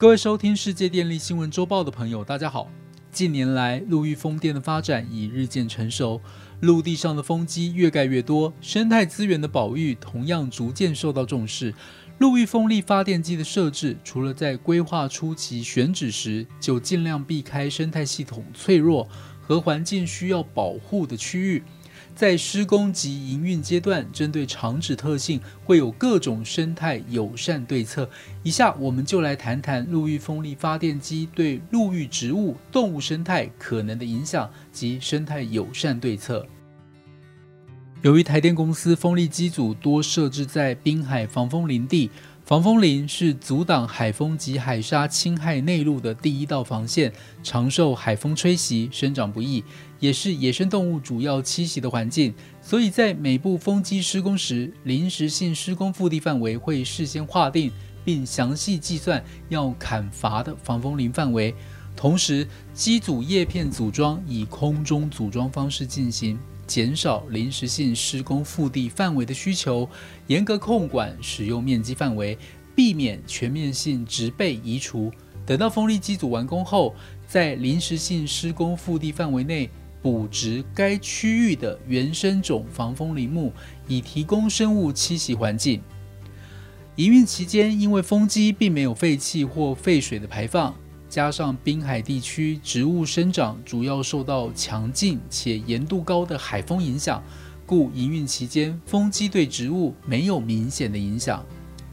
各位收听世界电力新闻周报的朋友，大家好。近年来，陆域风电的发展已日渐成熟，陆地上的风机越盖越多，生态资源的保育同样逐渐受到重视。陆域风力发电机的设置，除了在规划初期选址时就尽量避开生态系统脆弱和环境需要保护的区域，在施工及营运阶段，针对场址特性会有各种生态友善对策。以下我们就来谈谈陆域风力发电机对陆域植物、动物生态可能的影响及生态友善对策。由于台电公司风力机组多设置在滨海防风林地，防风林是阻挡海风及海沙侵害内陆的第一道防线，常受海风吹袭，生长不易，也是野生动物主要栖息的环境。所以在每部风机施工时，临时性施工腹地范围会事先划定，并详细计算要砍伐的防风林范围。同时，机组叶片组装以空中组装方式进行，减少临时性施工腹地范围的需求，严格控管使用面积范围，避免全面性植被移除。等到风力机组完工后，在临时性施工腹地范围内补植该区域的原生种防风林木，以提供生物栖息环境。营运期间，因为风机并没有废气或废水的排放，加上滨海地区植物生长主要受到强劲且盐度高的海风影响，故营运期间风机对植物没有明显的影响。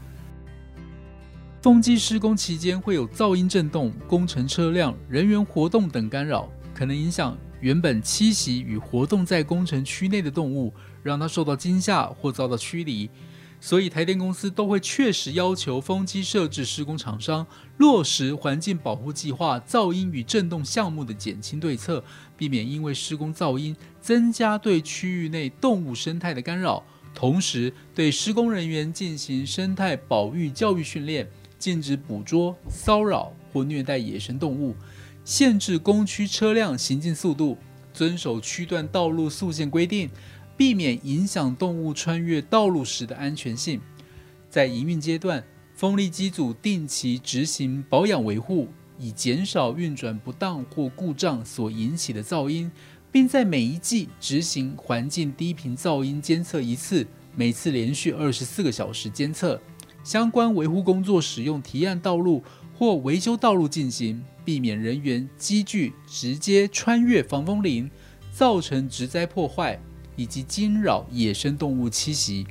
风机施工期间会有噪音震动、工程车辆、人员活动等干扰，可能影响原本栖息与活动在工程区内的动物，让它受到惊吓或遭到驱离。所以台电公司都会确实要求风机设置施工厂商落实环境保护计划噪音与震动项目的减轻对策，避免因为施工噪音增加对区域内动物生态的干扰。同时对施工人员进行生态保育教育训练，禁止捕捉、骚扰或虐待野生动物，限制工区车辆行进速度，遵守区段道路速限规定，避免影响动物穿越道路时的安全性。在营运阶段，风力机组定期执行保养维护，以减少运转不当或故障所引起的噪音，并在每一季执行环境低频噪音监测一次，每次连续24个小时监测。相关维护工作使用提案道路或维修道路进行，避免人员机具直接穿越防风林，造成植栽破坏以及惊扰野生动物栖息。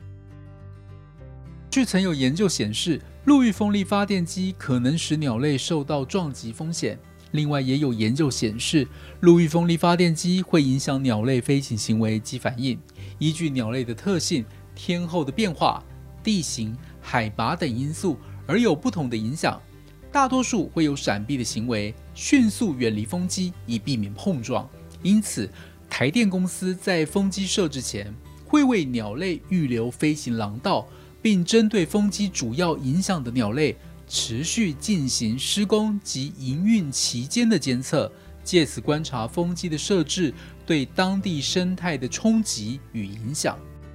据曾有研究显示，陆域风力发电机可能使鸟类受到撞击风险。另外也有研究显示，陆域风力发电机会影响鸟类飞行行为及反应，依据鸟类的特性、天候的变化、地形、海拔等因素而有不同的影响。大多数会有闪避的行为，迅速远离风机以避免碰撞。因此台电公司在风机设置前，会为鸟类预留飞行廊道，并针对风机主要影响的鸟类持续进行施工及营运期间的监测，借此观察风机的设置对当地生态的冲击与影响。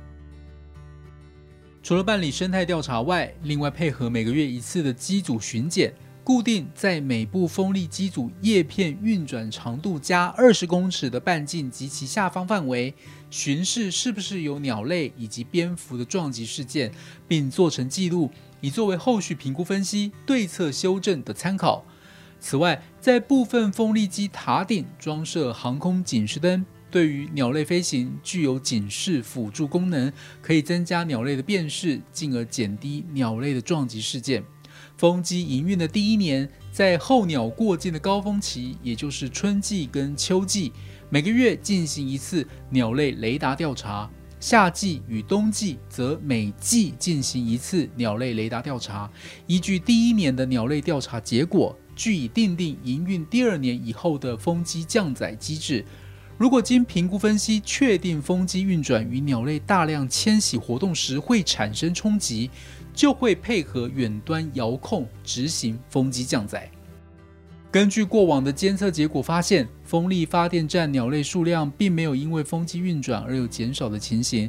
除了办理生态调查外，另外配合每个月一次的机组巡检，固定在每部风力机组叶片运转长度加20公尺的半径及其下方范围，巡视是不是有鸟类以及蝙蝠的撞击事件，并做成记录，以作为后续评估分析、对策修正的参考。此外，在部分风力机塔顶装设航空警示灯，对于鸟类飞行具有警示辅助功能，可以增加鸟类的辨识，进而减低鸟类的撞击事件。风机营运的第1年，在候鸟过境的高峰期，也就是春季跟秋季，每个月进行一次鸟类雷达调查；夏季与冬季则每季进行一次鸟类雷达调查。依据第1年的鸟类调查结果，据以订定营运第2年以后的风机降载机制。如果经评估分析确定风机运转与鸟类大量迁徙活动时会产生冲击，就会配合远端遥控执行风机降载。根据过往的监测结果发现，风力发电站鸟类数量并没有因为风机运转而有减少的情形，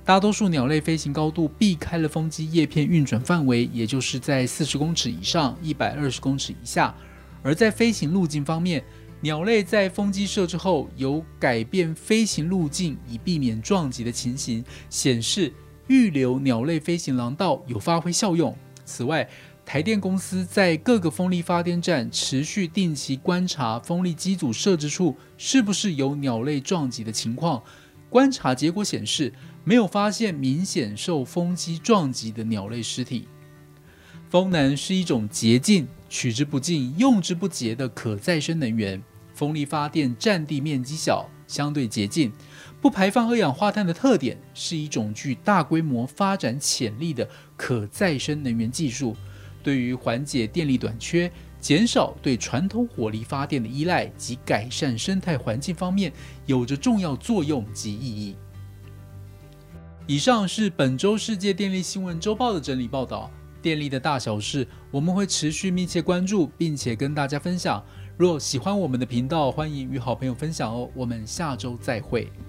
大多数鸟类飞行高度避开了风机叶片运转范围，也就是在40公尺以上、120公尺以下。而在飞行路径方面，鸟类在风机设置后有改变飞行路径以避免撞击的情形，显示预留鸟类飞行廊道有发挥效用。此外，台电公司在各个风力发电站持续定期观察风力机组设置处是不是有鸟类撞击的情况，观察结果显示没有发现明显受风机撞击的鸟类尸体。风能是一种洁净、取之不尽、用之不竭的可再生能源。风力发电占地面积小，相对洁净，不排放二氧化碳的特点，是一种具大规模发展潜力的可再生能源技术。对于缓解电力短缺、减少对传统火力发电的依赖及改善生态环境方面，有着重要作用及意义。以上是本周世界电力新闻周报的整理报道。电力的大小事，我们会持续密切关注，并且跟大家分享。若喜欢我们的频道，欢迎与好朋友分享哦。我们下周再会。